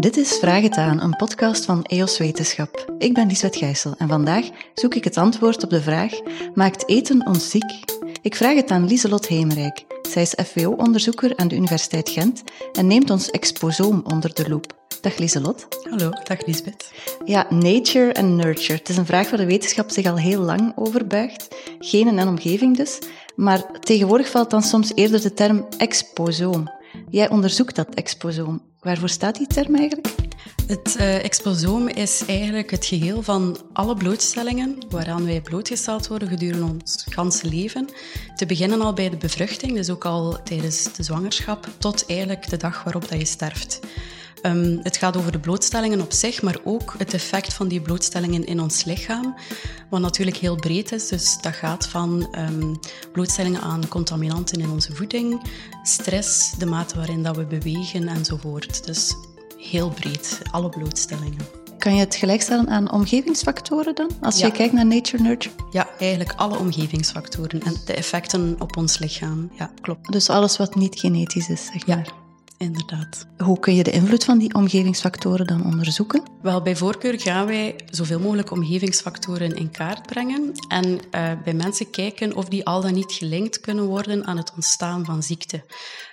Dit is Vraag het aan, een podcast van EOS Wetenschap. Ik ben Liesbeth Gijssel en vandaag zoek ik het antwoord op de vraag: maakt eten ons ziek? Ik vraag het aan Lieselot Heemrijk. Zij is FWO-onderzoeker aan de Universiteit Gent en neemt ons exposoom onder de loep. Dag Lieselot. Hallo, dag Liesbeth. Ja, nature en nurture. Het is een vraag waar de wetenschap zich al heel lang over buigt. Genen en omgeving dus. Maar tegenwoordig valt dan soms eerder de term exposoom. Jij onderzoekt dat exposoom. Waarvoor staat die term eigenlijk? Het exposoom is eigenlijk het geheel van alle blootstellingen waaraan wij blootgesteld worden gedurende ons ganse leven. Te beginnen al bij de bevruchting, dus ook al tijdens de zwangerschap, tot eigenlijk de dag waarop dat je sterft. Het gaat over de blootstellingen op zich, maar ook het effect van die blootstellingen in ons lichaam, wat natuurlijk heel breed is. Dus dat gaat van blootstellingen aan contaminanten in onze voeding, stress, de mate waarin dat we bewegen enzovoort. Dus heel breed, alle blootstellingen. Kan je het gelijkstellen aan omgevingsfactoren dan, als je kijkt naar nature-nurture? Ja, eigenlijk alle omgevingsfactoren en de effecten op ons lichaam. Ja, klopt. Dus alles wat niet genetisch is, zeg maar. Ja. Inderdaad. Hoe kun je de invloed van die omgevingsfactoren dan onderzoeken? Wel, bij voorkeur gaan wij zoveel mogelijk omgevingsfactoren in kaart brengen en bij mensen kijken of die al dan niet gelinkt kunnen worden aan het ontstaan van ziekte.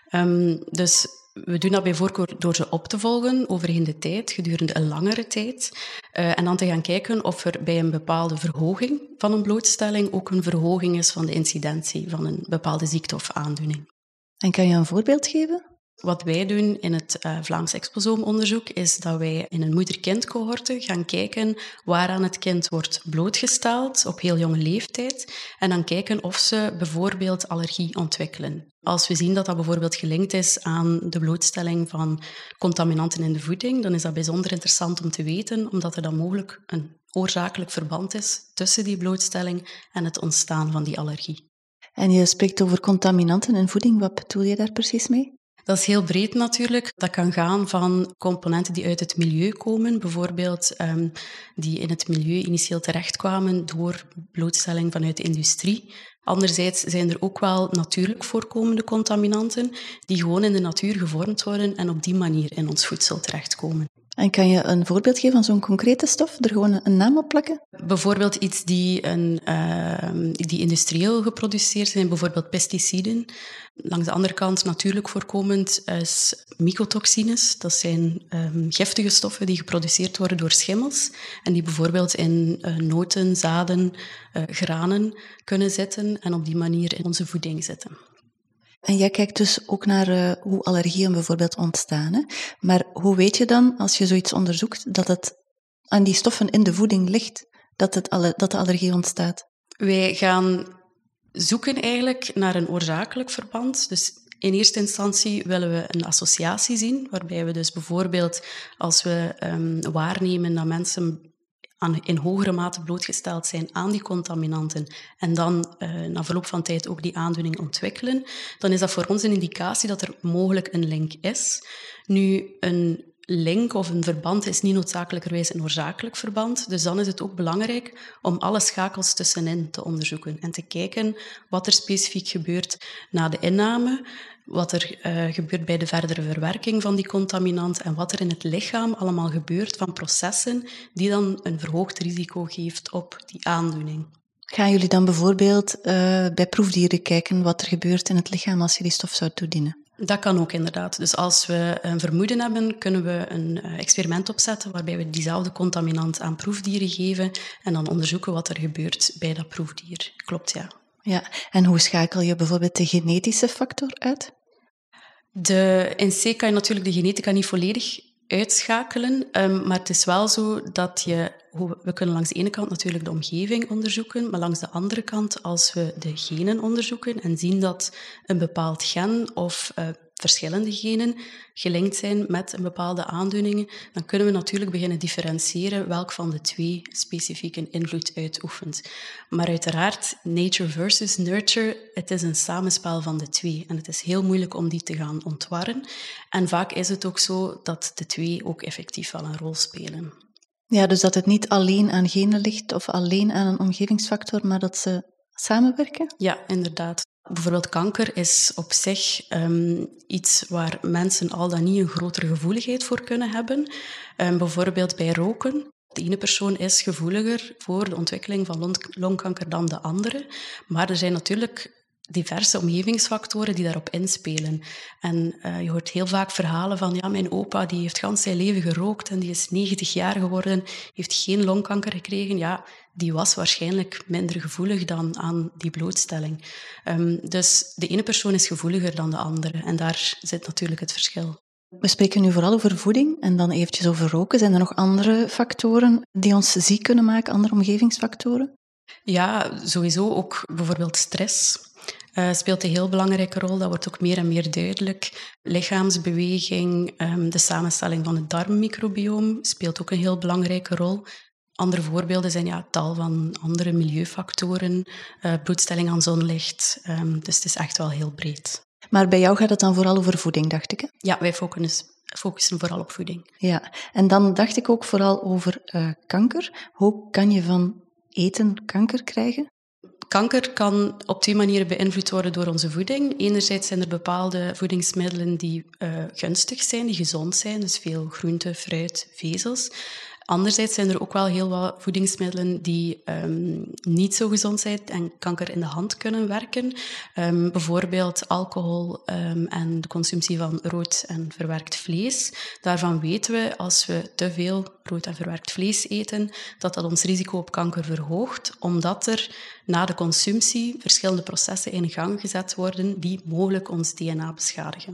Dus we doen dat bij voorkeur door ze op te volgen overheen de tijd, gedurende een langere tijd. En dan te gaan kijken of er bij een bepaalde verhoging van een blootstelling ook een verhoging is van de incidentie van een bepaalde ziekte of aandoening. En kan je een voorbeeld geven? Wat wij doen in het Vlaams exposoomonderzoek is dat wij in een moeder-kind-cohorte gaan kijken waaraan het kind wordt blootgesteld op heel jonge leeftijd en dan kijken of ze bijvoorbeeld allergie ontwikkelen. Als we zien dat dat bijvoorbeeld gelinkt is aan de blootstelling van contaminanten in de voeding, dan is dat bijzonder interessant om te weten, omdat er dan mogelijk een oorzakelijk verband is tussen die blootstelling en het ontstaan van die allergie. En je spreekt over contaminanten in voeding, wat bedoel je daar precies mee? Dat is heel breed natuurlijk. Dat kan gaan van componenten die uit het milieu komen, bijvoorbeeld die in het milieu initieel terechtkwamen door blootstelling vanuit de industrie. Anderzijds zijn er ook wel natuurlijk voorkomende contaminanten die gewoon in de natuur gevormd worden en op die manier in ons voedsel terechtkomen. En kan je een voorbeeld geven van zo'n concrete stof, er gewoon een naam op plakken? Bijvoorbeeld iets die industrieel geproduceerd zijn, bijvoorbeeld pesticiden. Langs de andere kant natuurlijk voorkomend is mycotoxines. Dat zijn giftige stoffen die geproduceerd worden door schimmels en die bijvoorbeeld in noten, zaden, granen kunnen zitten en op die manier in onze voeding zitten. En jij kijkt dus ook naar hoe allergieën bijvoorbeeld ontstaan. Hè? Maar hoe weet je dan, als je zoiets onderzoekt, dat het aan die stoffen in de voeding ligt, dat de allergie ontstaat? Wij gaan zoeken eigenlijk naar een oorzakelijk verband. Dus in eerste instantie willen we een associatie zien, waarbij we dus bijvoorbeeld, als we waarnemen dat mensen in hogere mate blootgesteld zijn aan die contaminanten en dan na verloop van tijd ook die aandoening ontwikkelen, dan is dat voor ons een indicatie dat er mogelijk een link is. Nu, een link of een verband is niet noodzakelijkerwijs een oorzakelijk verband, dus dan is het ook belangrijk om alle schakels tussenin te onderzoeken en te kijken wat er specifiek gebeurt na de inname, wat er gebeurt bij de verdere verwerking van die contaminant en wat er in het lichaam allemaal gebeurt van processen die dan een verhoogd risico geeft op die aandoening. Gaan jullie dan bijvoorbeeld bij proefdieren kijken wat er gebeurt in het lichaam als je die stof zou toedienen? Dat kan ook inderdaad. Dus als we een vermoeden hebben, kunnen we een experiment opzetten waarbij we diezelfde contaminant aan proefdieren geven en dan onderzoeken wat er gebeurt bij dat proefdier. Klopt, ja. Ja, en hoe schakel je bijvoorbeeld de genetische factor uit? In C kan je natuurlijk de genetica niet volledig uitschakelen, maar het is wel zo dat we kunnen langs de ene kant natuurlijk de omgeving onderzoeken, maar langs de andere kant, als we de genen onderzoeken en zien dat een bepaald gen of verschillende genen gelinkt zijn met een bepaalde aandoeningen, dan kunnen we natuurlijk beginnen differentiëren welk van de twee specifiek een invloed uitoefent. Maar uiteraard, nature versus nurture, het is een samenspel van de twee. En het is heel moeilijk om die te gaan ontwarren. En vaak is het ook zo dat de twee ook effectief wel een rol spelen. Ja, dus dat het niet alleen aan genen ligt of alleen aan een omgevingsfactor, maar dat ze samenwerken? Ja, inderdaad. Bijvoorbeeld kanker is op zich iets waar mensen al dan niet een grotere gevoeligheid voor kunnen hebben. Bijvoorbeeld bij roken. De ene persoon is gevoeliger voor de ontwikkeling van longkanker dan de andere. Maar er zijn natuurlijk diverse omgevingsfactoren die daarop inspelen. En je hoort heel vaak verhalen van ja, mijn opa die heeft gans zijn leven gerookt en die is 90 jaar geworden, heeft geen longkanker gekregen. Ja, die was waarschijnlijk minder gevoelig dan aan die blootstelling. Dus de ene persoon is gevoeliger dan de andere. En daar zit natuurlijk het verschil. We spreken nu vooral over voeding en dan eventjes over roken. Zijn er nog andere factoren die ons ziek kunnen maken, andere omgevingsfactoren? Ja, sowieso ook bijvoorbeeld stress. Speelt een heel belangrijke rol. Dat wordt ook meer en meer duidelijk. Lichaamsbeweging, de samenstelling van het darmmicrobioom speelt ook een heel belangrijke rol. Andere voorbeelden zijn tal van andere milieufactoren, blootstelling aan zonlicht. Dus het is echt wel heel breed. Maar bij jou gaat het dan vooral over voeding, dacht ik, hè? Ja, wij focussen vooral op voeding. Ja, en dan dacht ik ook vooral over kanker. Hoe kan je van eten kanker krijgen? Kanker kan op 2 manieren beïnvloed worden door onze voeding. Enerzijds zijn er bepaalde voedingsmiddelen die gunstig zijn, die gezond zijn, dus veel groente, fruit, vezels. Anderzijds zijn er ook wel heel wat voedingsmiddelen die niet zo gezond zijn en kanker in de hand kunnen werken. Bijvoorbeeld alcohol en de consumptie van rood en verwerkt vlees. Daarvan weten we, als we te veel rood en verwerkt vlees eten, dat dat ons risico op kanker verhoogt, omdat er na de consumptie verschillende processen in gang gezet worden die mogelijk ons DNA beschadigen.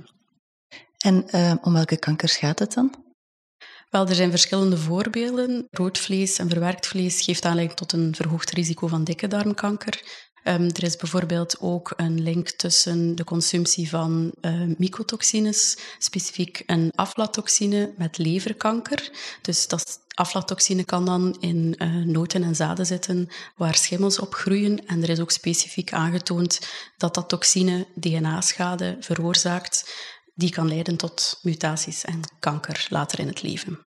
En om welke kankers gaat het dan? Wel, er zijn verschillende voorbeelden. Rood vlees en verwerkt vlees geeft aanleiding tot een verhoogd risico van dikke darmkanker. Er is bijvoorbeeld ook een link tussen de consumptie van mycotoxines, specifiek een aflatoxine met leverkanker. Dus aflatoxine kan dan in noten en zaden zitten waar schimmels op groeien. En er is ook specifiek aangetoond dat dat toxine DNA-schade veroorzaakt, die kan leiden tot mutaties en kanker later in het leven.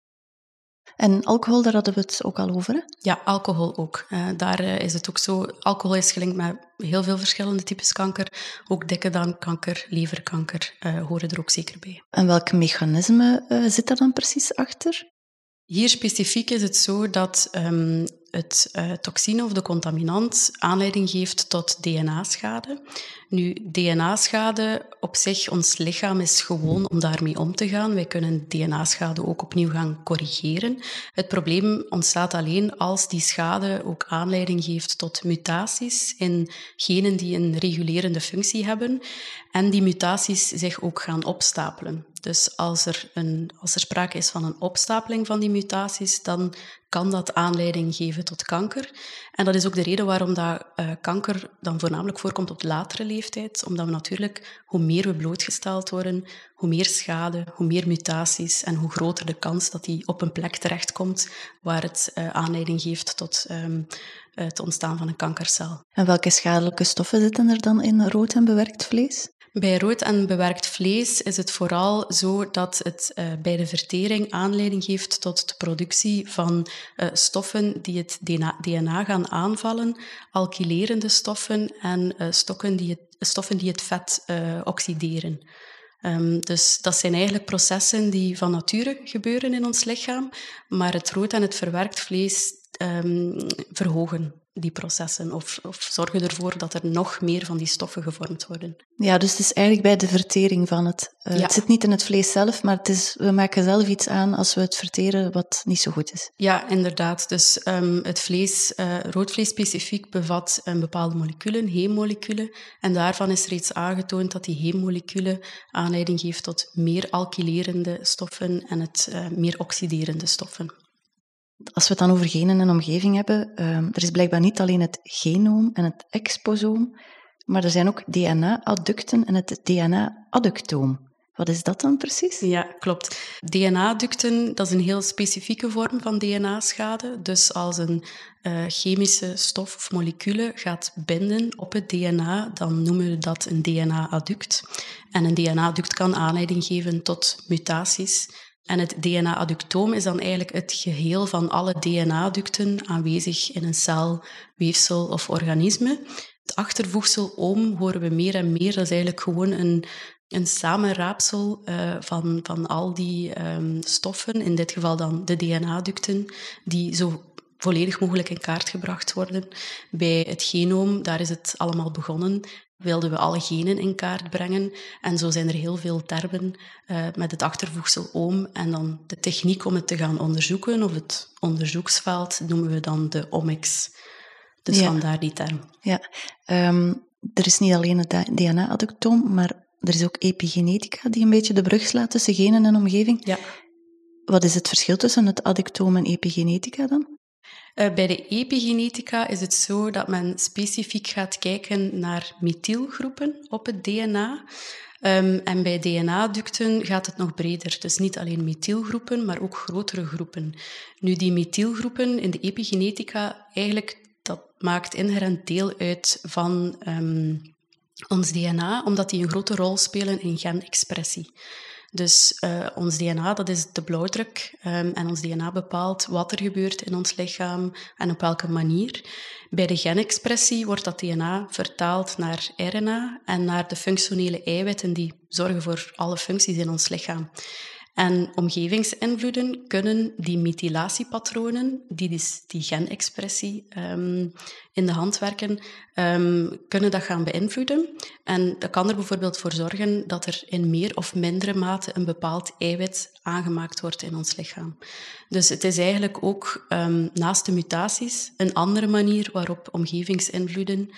En alcohol, daar hadden we het ook al over, hè? Ja, alcohol ook. Daar is het ook zo. Alcohol is gelinkt met heel veel verschillende types kanker. Ook dikke darmkanker, leverkanker horen er ook zeker bij. En welk mechanisme zit daar dan precies achter? Hier specifiek is het zo dat het toxine of de contaminant aanleiding geeft tot DNA-schade. Nu, DNA-schade op zich, ons lichaam is gewoon om daarmee om te gaan. Wij kunnen DNA-schade ook opnieuw gaan corrigeren. Het probleem ontstaat alleen als die schade ook aanleiding geeft tot mutaties in genen die een regulerende functie hebben en die mutaties zich ook gaan opstapelen. Dus als er sprake is van een opstapeling van die mutaties, dan kan dat aanleiding geven tot kanker. En dat is ook de reden waarom dat kanker dan voornamelijk voorkomt op latere leeftijd. Omdat we natuurlijk, hoe meer we blootgesteld worden, hoe meer schade, hoe meer mutaties en hoe groter de kans dat die op een plek terechtkomt waar het aanleiding geeft tot het ontstaan van een kankercel. En welke schadelijke stoffen zitten er dan in rood en bewerkt vlees? Bij rood en bewerkt vlees is het vooral zo dat het bij de vertering aanleiding geeft tot de productie van stoffen die het DNA gaan aanvallen, alkylerende stoffen en stoffen die het vet oxideren. Dus dat zijn eigenlijk processen die van nature gebeuren in ons lichaam, maar het rood en het verwerkt vlees verhogen die processen of zorgen ervoor dat er nog meer van die stoffen gevormd worden. Ja, dus het is eigenlijk bij de vertering van het. Het zit niet in het vlees zelf, maar we maken zelf iets aan als we het verteren wat niet zo goed is. Ja, inderdaad. Dus het vlees, rood vlees specifiek, bevat bepaalde moleculen, heemmoleculen. En daarvan is reeds aangetoond dat die heemmoleculen aanleiding geven tot meer alkylerende stoffen en het meer oxiderende stoffen. Als we het dan over genen en omgeving hebben, er is blijkbaar niet alleen het genoom en het exposoom, maar er zijn ook DNA-adducten en het DNA-adductoom. Wat is dat dan precies? Ja, klopt. DNA-adducten, dat is een heel specifieke vorm van DNA-schade. Dus als een chemische stof of molecule gaat binden op het DNA, dan noemen we dat een DNA-adduct. En een DNA-adduct kan aanleiding geven tot mutaties. En het DNA-adductoom is dan eigenlijk het geheel van alle DNA-adducten aanwezig in een cel, weefsel of organisme. Het achtervoegsel oom horen we meer en meer. Dat is eigenlijk gewoon een samenraapsel van al die stoffen, in dit geval dan de DNA-ducten, die zo volledig mogelijk in kaart gebracht worden. Bij het genoom, daar is het allemaal begonnen. Wilden we alle genen in kaart brengen. En zo zijn er heel veel termen met het achtervoegsel oom. En dan de techniek om het te gaan onderzoeken, of het onderzoeksveld, noemen we dan de omics. Dus vandaar die term. Ja, er is niet alleen het DNA-adductoom, maar er is ook epigenetica die een beetje de brug slaat tussen genen en omgeving. Ja. Wat is het verschil tussen het adductoom en epigenetica dan? Bij de epigenetica is het zo dat men specifiek gaat kijken naar methylgroepen op het DNA. En bij DNA-ducten gaat het nog breder. Dus niet alleen methylgroepen, maar ook grotere groepen. Nu, die methylgroepen in de epigenetica, eigenlijk, dat maakt inherent deel uit van ons DNA, omdat die een grote rol spelen in genexpressie. Dus ons DNA, dat is de blauwdruk. En ons DNA bepaalt wat er gebeurt in ons lichaam en op welke manier. Bij de genexpressie wordt dat DNA vertaald naar RNA en naar de functionele eiwitten die zorgen voor alle functies in ons lichaam. En omgevingsinvloeden kunnen die methylatiepatronen, die genexpressie in de hand werken, kunnen dat gaan beïnvloeden. En dat kan er bijvoorbeeld voor zorgen dat er in meer of mindere mate een bepaald eiwit aangemaakt wordt in ons lichaam. Dus het is eigenlijk ook, naast de mutaties, een andere manier waarop omgevingsinvloeden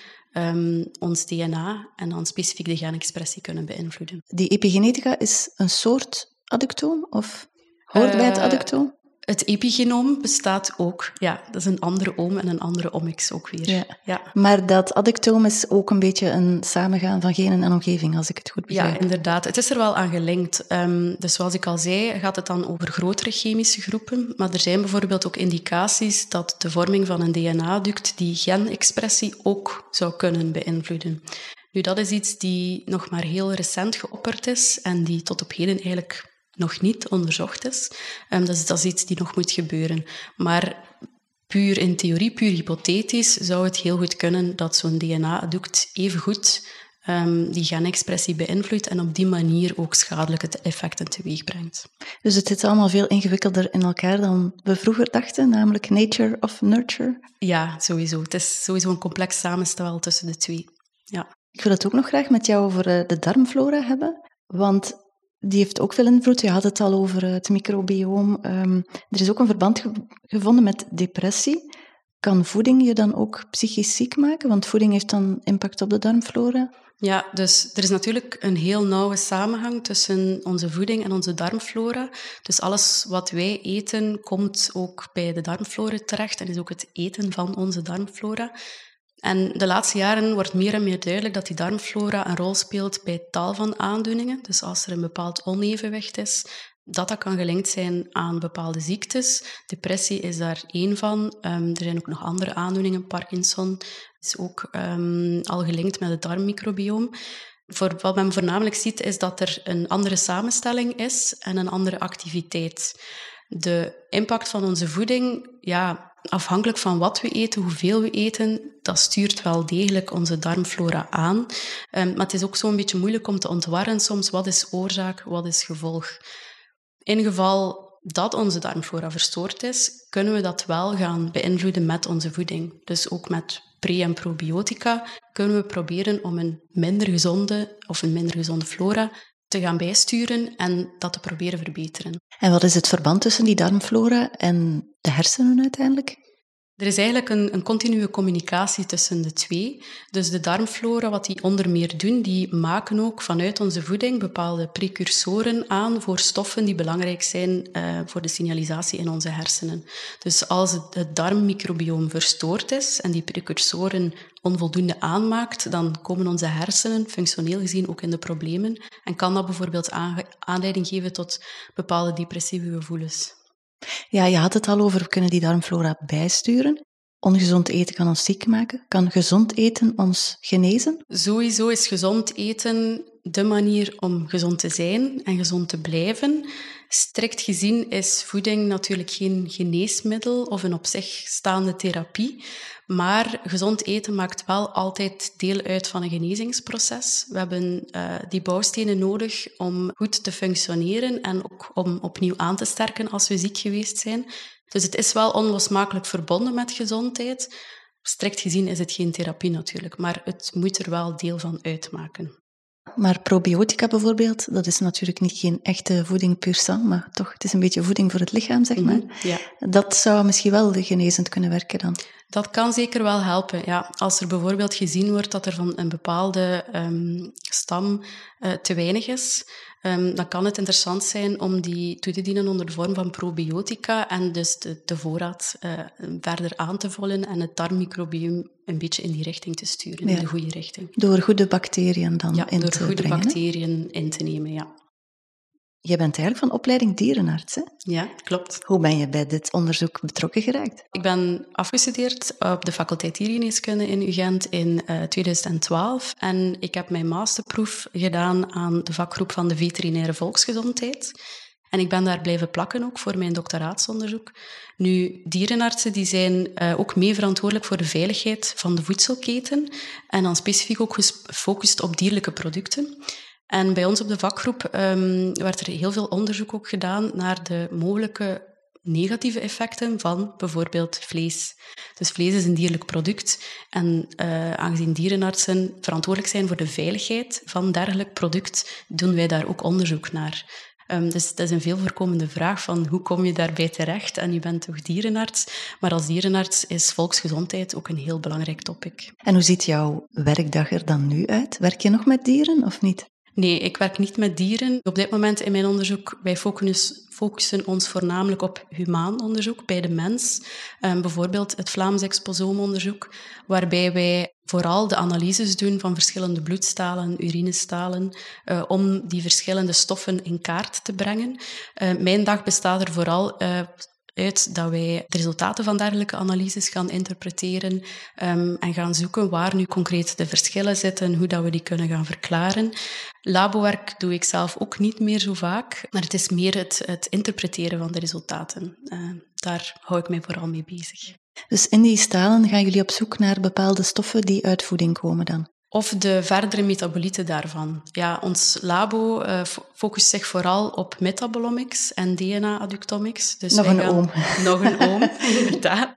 ons DNA en dan specifiek de genexpressie kunnen beïnvloeden. Die epigenetica is een soort adductoom of hoort bij het adductoom? Het epigenoom bestaat ook. Ja, dat is een andere oom en een andere omics ook weer. Ja. Maar dat adductoom is ook een beetje een samengaan van genen en omgeving, als ik het goed begrijp. Ja, inderdaad. Het is er wel aan gelinkt. Dus zoals ik al zei, gaat het dan over grotere chemische groepen. Maar er zijn bijvoorbeeld ook indicaties dat de vorming van een DNA-duct die genexpressie ook zou kunnen beïnvloeden. Nu, dat is iets die nog maar heel recent geopperd is en die tot op heden eigenlijk nog niet onderzocht is. Dus dat is iets die nog moet gebeuren. Maar puur in theorie, puur hypothetisch, zou het heel goed kunnen dat zo'n DNA-duct evengoed die genexpressie beïnvloedt en op die manier ook schadelijke effecten teweeg brengt. Dus het zit allemaal veel ingewikkelder in elkaar dan we vroeger dachten, namelijk nature of nurture? Ja, sowieso. Het is sowieso een complex samenstel tussen de twee. Ja. Ik wil het ook nog graag met jou over de darmflora hebben, want die heeft ook veel invloed. Je had het al over het microbioom. Er is ook een verband gevonden met depressie. Kan voeding je dan ook psychisch ziek maken? Want voeding heeft dan impact op de darmflora. Ja, dus er is natuurlijk een heel nauwe samenhang tussen onze voeding en onze darmflora. Dus alles wat wij eten komt ook bij de darmflora terecht en is ook het eten van onze darmflora. En de laatste jaren wordt meer en meer duidelijk dat die darmflora een rol speelt bij tal van aandoeningen. Dus als er een bepaald onevenwicht is, dat kan gelinkt zijn aan bepaalde ziektes. Depressie is daar één van. Er zijn ook nog andere aandoeningen. Parkinson is ook al gelinkt met het darmmicrobioom. Wat men voornamelijk ziet, is dat er een andere samenstelling is en een andere activiteit. De impact van onze voeding, ja, afhankelijk van wat we eten, hoeveel we eten, dat stuurt wel degelijk onze darmflora aan. Maar het is ook zo'n beetje moeilijk om te ontwarren soms. Wat is oorzaak, wat is gevolg? In geval dat onze darmflora verstoord is, kunnen we dat wel gaan beïnvloeden met onze voeding. Dus ook met pre- en probiotica kunnen we proberen om een minder gezonde flora te gaan bijsturen en dat te proberen verbeteren. En wat is het verband tussen die darmflora en de hersenen uiteindelijk? Er is eigenlijk een continue communicatie tussen de twee. Dus de darmflora, wat die onder meer doen, die maken ook vanuit onze voeding bepaalde precursoren aan voor stoffen die belangrijk zijn voor de signalisatie in onze hersenen. Dus als het darmmicrobioom verstoord is en die precursoren onvoldoende aanmaakt, dan komen onze hersenen functioneel gezien ook in de problemen en kan dat bijvoorbeeld aanleiding geven tot bepaalde depressieve gevoelens. Ja, je had het al over, we kunnen die darmflora bijsturen. Ongezond eten kan ons ziek maken. Kan gezond eten ons genezen? Sowieso is gezond eten de manier om gezond te zijn en gezond te blijven. Strikt gezien is voeding natuurlijk geen geneesmiddel of een op zich staande therapie, maar gezond eten maakt wel altijd deel uit van een genezingsproces. We hebben die bouwstenen nodig om goed te functioneren en ook om opnieuw aan te sterken als we ziek geweest zijn. Dus het is wel onlosmakelijk verbonden met gezondheid. Strikt gezien is het geen therapie natuurlijk, maar het moet er wel deel van uitmaken. Maar probiotica bijvoorbeeld, dat is natuurlijk geen echte voeding puur sang, maar toch, het is een beetje voeding voor het lichaam, zeg maar. Ja. Dat zou misschien wel genezend kunnen werken dan. Dat kan zeker wel helpen, ja. Als er bijvoorbeeld gezien wordt dat er van een bepaalde stam te weinig is, dan kan het interessant zijn om die toe te dienen onder de vorm van probiotica en dus de voorraad verder aan te vullen en het darmmicrobiome een beetje in die richting te sturen, in de goede richting. Door goede bacteriën dan in te brengen. Door goede bacteriën in te nemen, ja. Je bent eigenlijk van opleiding dierenarts, hè? Ja, klopt. Hoe ben je bij dit onderzoek betrokken geraakt? Ik ben afgestudeerd op de faculteit diergeneeskunde in UGent in 2012 en ik heb mijn masterproef gedaan aan de vakgroep van de veterinaire volksgezondheid. En ik ben daar blijven plakken ook voor mijn doctoraatsonderzoek. Nu, dierenartsen die zijn ook mee verantwoordelijk voor de veiligheid van de voedselketen en dan specifiek ook gefocust op dierlijke producten. En bij ons op de vakgroep werd er heel veel onderzoek ook gedaan naar de mogelijke negatieve effecten van bijvoorbeeld vlees. Dus vlees is een dierlijk product en aangezien dierenartsen verantwoordelijk zijn voor de veiligheid van dergelijk product, doen wij daar ook onderzoek naar. Dus dat is een veel voorkomende vraag van hoe kom je daarbij terecht? En je bent toch dierenarts? Maar als dierenarts is volksgezondheid ook een heel belangrijk topic. En hoe ziet jouw werkdag er dan nu uit? Werk je nog met dieren of niet? Nee, ik werk niet met dieren. Op dit moment in mijn onderzoek, wij focussen ons voornamelijk op humaan onderzoek bij de mens. Bijvoorbeeld het Vlaams exposoomonderzoek, waarbij wij vooral de analyses doen van verschillende bloedstalen, urinestalen, om die verschillende stoffen in kaart te brengen. Mijn dag bestaat er vooral uit dat wij de resultaten van dergelijke analyses gaan interpreteren en gaan zoeken waar nu concreet de verschillen zitten, hoe dat we die kunnen gaan verklaren. Labowerk doe ik zelf ook niet meer zo vaak, maar het is meer het interpreteren van de resultaten. Daar hou ik mij vooral mee bezig. Dus in die stalen gaan jullie op zoek naar bepaalde stoffen die uit voeding komen dan? Of de verdere metabolieten daarvan. Ja, ons labo focust zich vooral op metabolomics en DNA-adductomics. Dus nog een oom. Nog een oom, inderdaad.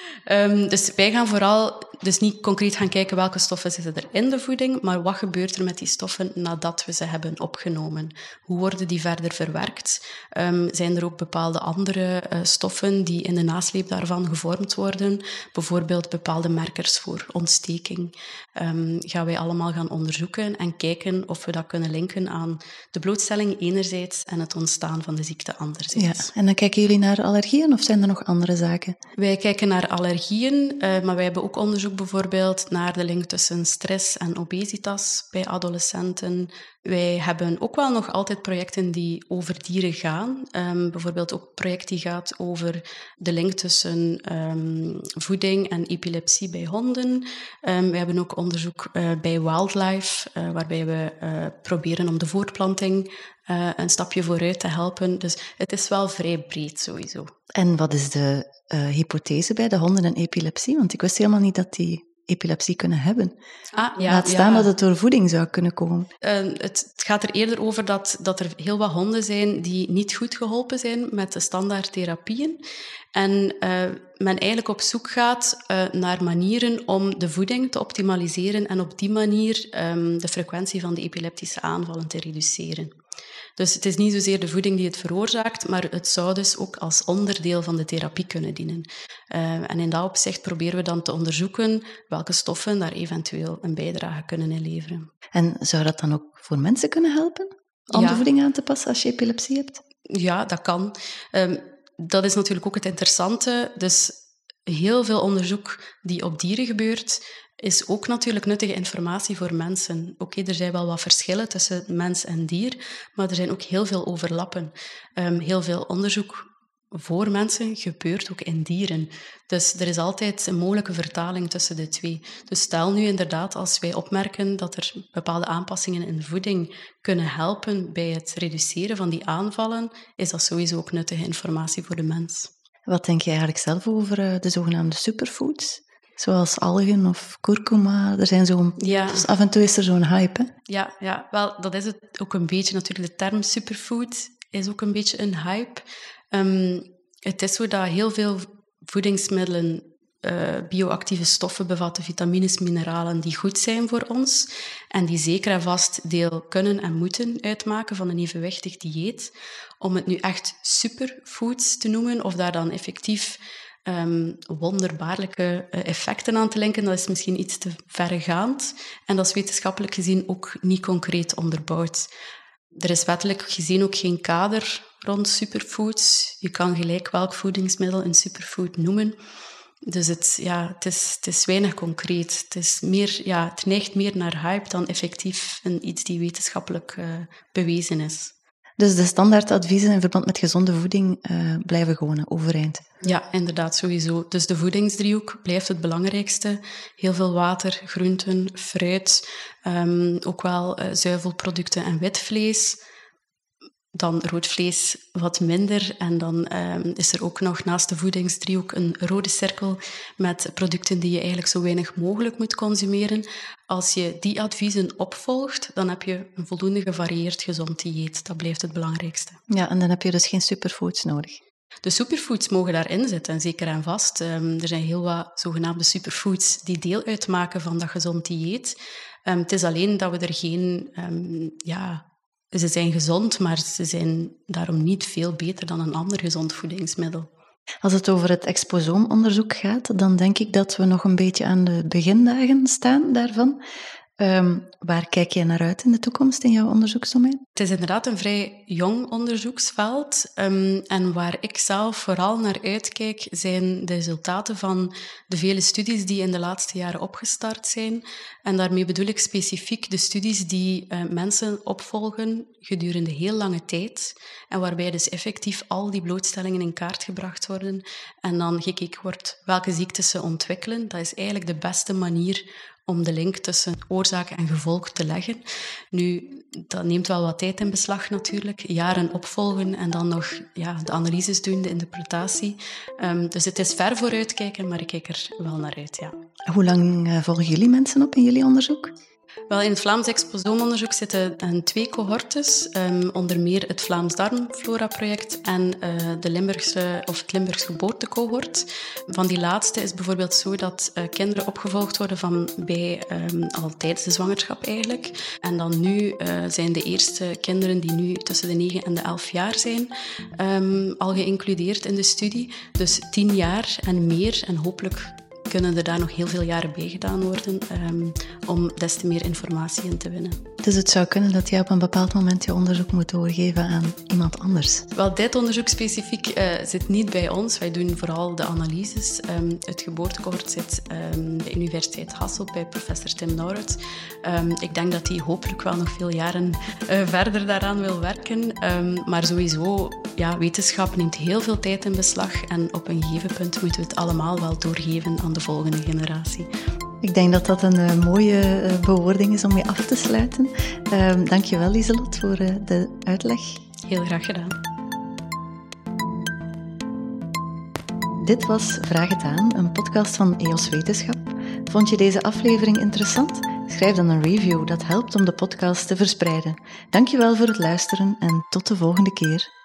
Dus wij gaan vooral niet concreet gaan kijken welke stoffen zitten er in de voeding, maar wat gebeurt er met die stoffen nadat we ze hebben opgenomen? Hoe worden die verder verwerkt? Zijn er ook bepaalde andere stoffen die in de nasleep daarvan gevormd worden? Bijvoorbeeld bepaalde markers voor ontsteking. Gaan wij allemaal gaan onderzoeken en kijken of we dat kunnen linken aan de blootstelling enerzijds en het ontstaan van de ziekte anderzijds. Ja, en dan kijken jullie naar allergieën of zijn er nog andere zaken? Wij kijken naar allergieën, maar wij hebben ook onderzoek bijvoorbeeld naar de link tussen stress en obesitas bij adolescenten. Wij hebben ook wel nog altijd projecten die over dieren gaan. Bijvoorbeeld ook een project die gaat over de link tussen voeding en epilepsie bij honden. We hebben ook onderzoek bij wildlife, waarbij we proberen om de voortplanting een stapje vooruit te helpen. Dus het is wel vrij breed sowieso. En wat is de hypothese bij de honden en epilepsie? Want ik wist helemaal niet dat die epilepsie kunnen hebben. Laat staan dat het door voeding zou kunnen komen. Het gaat er eerder over dat er heel wat honden zijn die niet goed geholpen zijn met de standaard therapieën. En men eigenlijk op zoek gaat naar manieren om de voeding te optimaliseren en op die manier de frequentie van de epileptische aanvallen te reduceren. Dus het is niet zozeer de voeding die het veroorzaakt, maar het zou dus ook als onderdeel van de therapie kunnen dienen. En in dat opzicht proberen we dan te onderzoeken welke stoffen daar eventueel een bijdrage kunnen in leveren. En zou dat dan ook voor mensen kunnen helpen? Om de voeding aan te passen als je epilepsie hebt? Ja, dat kan. Dat is natuurlijk ook het interessante. Dus heel veel onderzoek die op dieren gebeurt, is ook natuurlijk nuttige informatie voor mensen. Oké, er zijn wel wat verschillen tussen mens en dier, maar er zijn ook heel veel overlappen. Heel veel onderzoek voor mensen gebeurt ook in dieren. Dus er is altijd een mogelijke vertaling tussen de twee. Dus stel nu inderdaad, als wij opmerken dat er bepaalde aanpassingen in de voeding kunnen helpen bij het reduceren van die aanvallen, is dat sowieso ook nuttige informatie voor de mens. Wat denk je eigenlijk zelf over de zogenaamde superfoods? Zoals algen of kurkuma. Er zijn dus af en toe is er zo'n hype, hè? Ja, wel, dat is het ook een beetje. Natuurlijk, de term superfood is ook een beetje een hype. Het is zo dat heel veel voedingsmiddelen bioactieve stoffen bevatten, vitamines, mineralen die goed zijn voor ons en die zeker en vast deel kunnen en moeten uitmaken van een evenwichtig dieet. Om het nu echt superfoods te noemen of daar dan effectief wonderbaarlijke effecten aan te linken, dat is misschien iets te verregaand en dat is wetenschappelijk gezien ook niet concreet onderbouwd. Er is wettelijk gezien ook geen kader rond superfoods. Je kan gelijk welk voedingsmiddel een superfood noemen. Dus het is weinig concreet. Het neigt meer naar hype dan effectief iets die wetenschappelijk bewezen is. Dus de standaardadviezen in verband met gezonde voeding blijven gewoon overeind? Ja, inderdaad, sowieso. Dus de voedingsdriehoek blijft het belangrijkste. Heel veel water, groenten, fruit, ook wel zuivelproducten en wit vlees. Dan rood vlees wat minder. En dan is er ook nog naast de voedingsdriehoek een rode cirkel met producten die je eigenlijk zo weinig mogelijk moet consumeren. Als je die adviezen opvolgt, dan heb je een voldoende gevarieerd gezond dieet. Dat blijft het belangrijkste. Ja, en dan heb je dus geen superfoods nodig. De superfoods mogen daarin zitten, zeker en vast. Er zijn heel wat zogenaamde superfoods die deel uitmaken van dat gezond dieet. Het is alleen dat we er geen... Ze zijn gezond, maar ze zijn daarom niet veel beter dan een ander gezond voedingsmiddel. Als het over het exposoomonderzoek gaat, dan denk ik dat we nog een beetje aan de begindagen staan daarvan. Waar kijk je naar uit in de toekomst in jouw onderzoeksdomein? Het is inderdaad een vrij jong onderzoeksveld. En waar ik zelf vooral naar uitkijk, zijn de resultaten van de vele studies die in de laatste jaren opgestart zijn. En daarmee bedoel ik specifiek de studies die mensen opvolgen gedurende heel lange tijd. En waarbij dus effectief al die blootstellingen in kaart gebracht worden. En dan gekeken wordt welke ziektes ze ontwikkelen. Dat is eigenlijk de beste manier om de link tussen oorzaak en gevolg te leggen. Nu, dat neemt wel wat tijd in beslag natuurlijk. Jaren opvolgen en dan nog de analyses doen, de interpretatie. Dus het is ver vooruitkijken, maar ik kijk er wel naar uit, ja. Hoe lang volgen jullie mensen op in jullie onderzoek? Wel, in het Vlaams exposoomonderzoek zitten 2 cohortes, onder meer het Vlaams Darmflora-project en het Limburgs geboortecohort. Van die laatste is bijvoorbeeld zo dat kinderen opgevolgd worden van bij al tijdens de zwangerschap eigenlijk. En dan nu zijn de eerste kinderen die nu tussen de 9 en de 11 jaar zijn, al geïncludeerd in de studie. Dus 10 jaar en meer en hopelijk kunnen er daar nog heel veel jaren bij gedaan worden om des te meer informatie in te winnen. Dus het zou kunnen dat jij op een bepaald moment je onderzoek moet doorgeven aan iemand anders? Wel, dit onderzoek specifiek zit niet bij ons. Wij doen vooral de analyses. Het geboortecohort zit bij de Universiteit Hasselt bij professor Tim Nauruts. Ik denk dat hij hopelijk wel nog veel jaren verder daaraan wil werken. Maar sowieso, wetenschap neemt heel veel tijd in beslag en op een gegeven punt moeten we het allemaal wel doorgeven aan de volgende generatie. Ik denk dat dat een mooie bewoording is om mee af te sluiten. Dank je wel, Lieselot, voor de uitleg. Heel graag gedaan. Dit was Vraag het aan, een podcast van EOS Wetenschap. Vond je deze aflevering interessant? Schrijf dan een review, dat helpt om de podcast te verspreiden. Dank je wel voor het luisteren en tot de volgende keer.